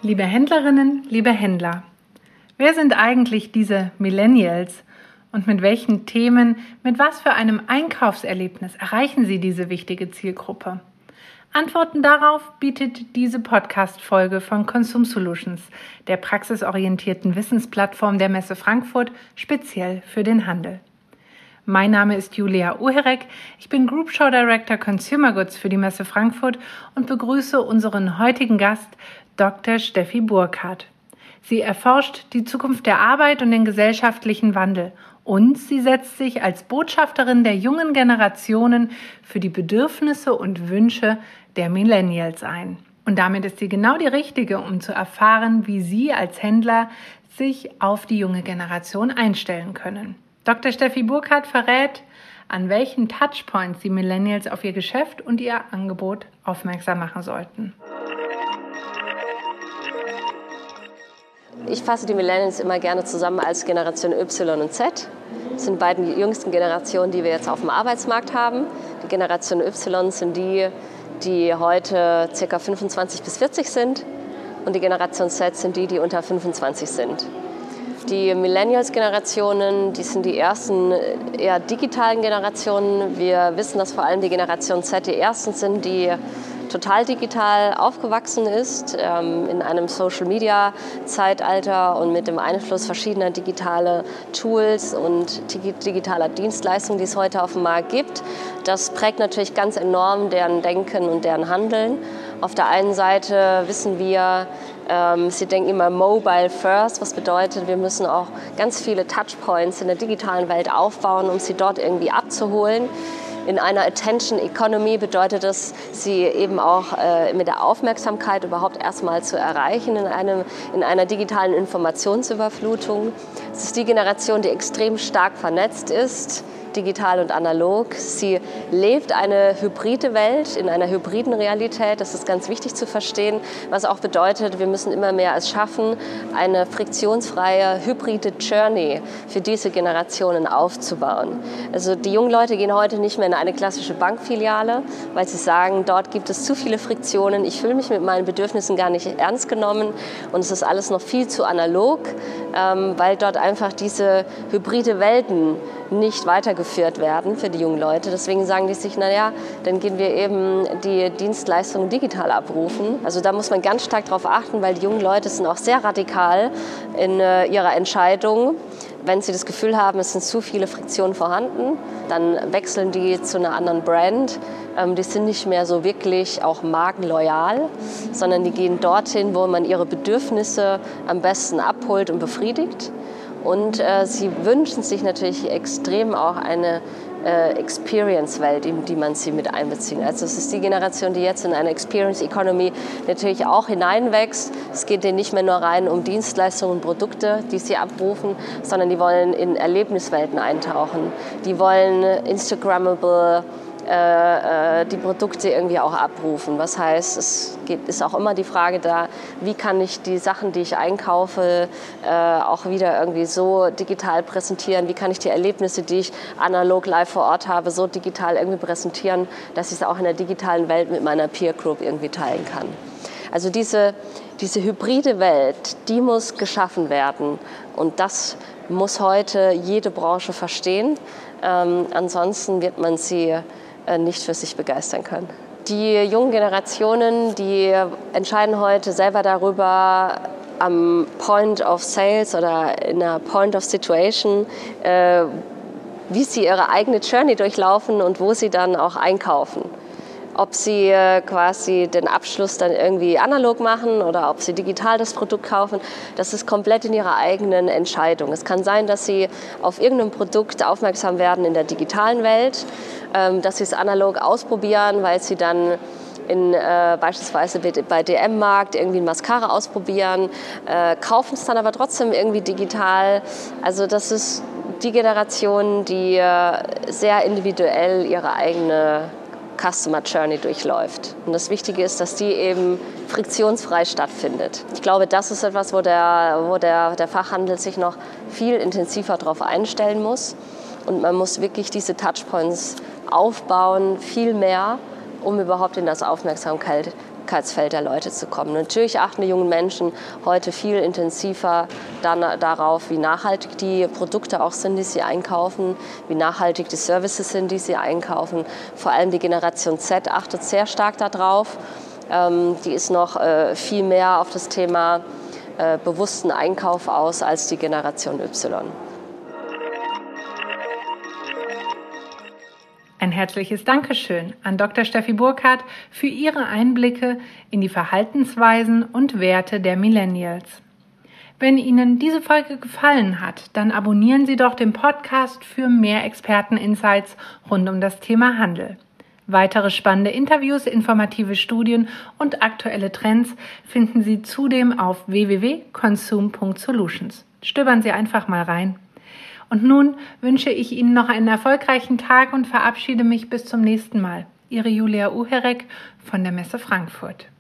Liebe Händlerinnen, liebe Händler, wer sind eigentlich diese Millennials und mit welchen Themen, mit was für einem Einkaufserlebnis erreichen sie diese wichtige Zielgruppe? Antworten darauf bietet diese Podcast-Folge von Consum Solutions, der praxisorientierten Wissensplattform der Messe Frankfurt, speziell für den Handel. Mein Name ist Julia Uherek, ich bin Group Show Director Consumer Goods für die Messe Frankfurt und begrüße unseren heutigen Gast, Dr. Steffi Burkhardt. Sie erforscht die Zukunft der Arbeit und den gesellschaftlichen Wandel und sie setzt sich als Botschafterin der jungen Generationen für die Bedürfnisse und Wünsche der Millennials ein. Und damit ist sie genau die Richtige, um zu erfahren, wie Sie als Händler sich auf die junge Generation einstellen können. Dr. Steffi Burkhardt verrät, an welchen Touchpoints die Millennials auf ihr Geschäft und ihr Angebot aufmerksam machen sollten. Ich fasse die Millennials immer gerne zusammen als Generation Y und Z. Das sind beiden jüngsten Generationen, die wir jetzt auf dem Arbeitsmarkt haben. Die Generation Y sind die, die heute ca. 25 bis 40 sind. Und die Generation Z sind die, die unter 25 sind. Die Millennials-Generationen, die sind die ersten eher digitalen Generationen. Wir wissen, dass vor allem die Generation Z die ersten sind, die total digital aufgewachsen ist, in einem Social-Media-Zeitalter und mit dem Einfluss verschiedener digitaler Tools und digitaler Dienstleistungen, die es heute auf dem Markt gibt. Das prägt natürlich ganz enorm deren Denken und deren Handeln. Auf der einen Seite wissen wir, sie denken immer mobile first, was bedeutet, wir müssen auch ganz viele Touchpoints in der digitalen Welt aufbauen, um sie dort irgendwie abzuholen. In einer Attention Economy bedeutet es, sie eben auch mit der Aufmerksamkeit überhaupt erstmal zu erreichen in einer digitalen Informationsüberflutung. Es ist die Generation, die extrem stark vernetzt ist, digital und analog. Sie lebt eine hybride Welt in einer hybriden Realität. Das ist ganz wichtig zu verstehen, was auch bedeutet, wir müssen immer mehr es schaffen, eine friktionsfreie hybride Journey für diese Generationen aufzubauen. Also die jungen Leute gehen heute nicht mehr in eine klassische Bankfiliale, weil sie sagen, dort gibt es zu viele Friktionen, ich fühle mich mit meinen Bedürfnissen gar nicht ernst genommen und es ist alles noch viel zu analog, weil dort einfach diese hybride Welten nicht weitergeführt werden für die jungen Leute. Deswegen sagen die sich, naja, dann gehen wir eben die Dienstleistungen digital abrufen. Also da muss man ganz stark darauf achten, weil die jungen Leute sind auch sehr radikal in ihrer Entscheidung. Wenn sie das Gefühl haben, es sind zu viele Friktionen vorhanden, dann wechseln die zu einer anderen Brand. Die sind nicht mehr so wirklich auch markenloyal, sondern die gehen dorthin, wo man ihre Bedürfnisse am besten abholt und befriedigt. Und sie wünschen sich natürlich extrem auch eine Experience-Welt, in die man sie mit einbezieht. Also es ist die Generation, die jetzt in eine Experience-Economy natürlich auch hineinwächst. Es geht denen nicht mehr nur rein um Dienstleistungen und Produkte, die sie abrufen, sondern die wollen in Erlebniswelten eintauchen. Die wollen Instagrammable die Produkte irgendwie auch abrufen. Was heißt, ist auch immer die Frage da, wie kann ich die Sachen, die ich einkaufe, auch wieder irgendwie so digital präsentieren, wie kann ich die Erlebnisse, die ich analog live vor Ort habe, so digital irgendwie präsentieren, dass ich es auch in der digitalen Welt mit meiner Peer Group irgendwie teilen kann. Also diese hybride Welt, die muss geschaffen werden und das muss heute jede Branche verstehen. Ansonsten wird man sie nicht für sich begeistern können. Die jungen Generationen, die entscheiden heute selber darüber, am Point of Sales oder in einer Point of Situation, wie sie ihre eigene Journey durchlaufen und wo sie dann auch einkaufen. Ob sie quasi den Abschluss dann irgendwie analog machen oder ob sie digital das Produkt kaufen, das ist komplett in ihrer eigenen Entscheidung. Es kann sein, dass sie auf irgendein Produkt aufmerksam werden in der digitalen Welt, dass sie es analog ausprobieren, weil sie dann beispielsweise bei DM-Markt irgendwie ein Mascara ausprobieren, kaufen es dann aber trotzdem irgendwie digital. Also das ist die Generation, die sehr individuell ihre eigene Customer Journey durchläuft. Und das Wichtige ist, dass die eben friktionsfrei stattfindet. Ich glaube, das ist etwas, wo der Fachhandel sich noch viel intensiver darauf einstellen muss. Und man muss wirklich diese Touchpoints aufbauen, viel mehr, um überhaupt in das Aufmerksamkeit Wirksamkeitsfeld der Leute zu kommen. Natürlich achten die jungen Menschen heute viel intensiver darauf, wie nachhaltig die Produkte auch sind, die sie einkaufen, wie nachhaltig die Services sind, die sie einkaufen. Vor allem die Generation Z achtet sehr stark darauf. Die ist noch viel mehr auf das Thema bewussten Einkauf aus als die Generation Y. Ein herzliches Dankeschön an Dr. Steffi Burkhardt für ihre Einblicke in die Verhaltensweisen und Werte der Millennials. Wenn Ihnen diese Folge gefallen hat, dann abonnieren Sie doch den Podcast für mehr Experten-Insights rund um das Thema Handel. Weitere spannende Interviews, informative Studien und aktuelle Trends finden Sie zudem auf www.consume.solutions. Stöbern Sie einfach mal rein. Und nun wünsche ich Ihnen noch einen erfolgreichen Tag und verabschiede mich bis zum nächsten Mal. Ihre Julia Uherek von der Messe Frankfurt.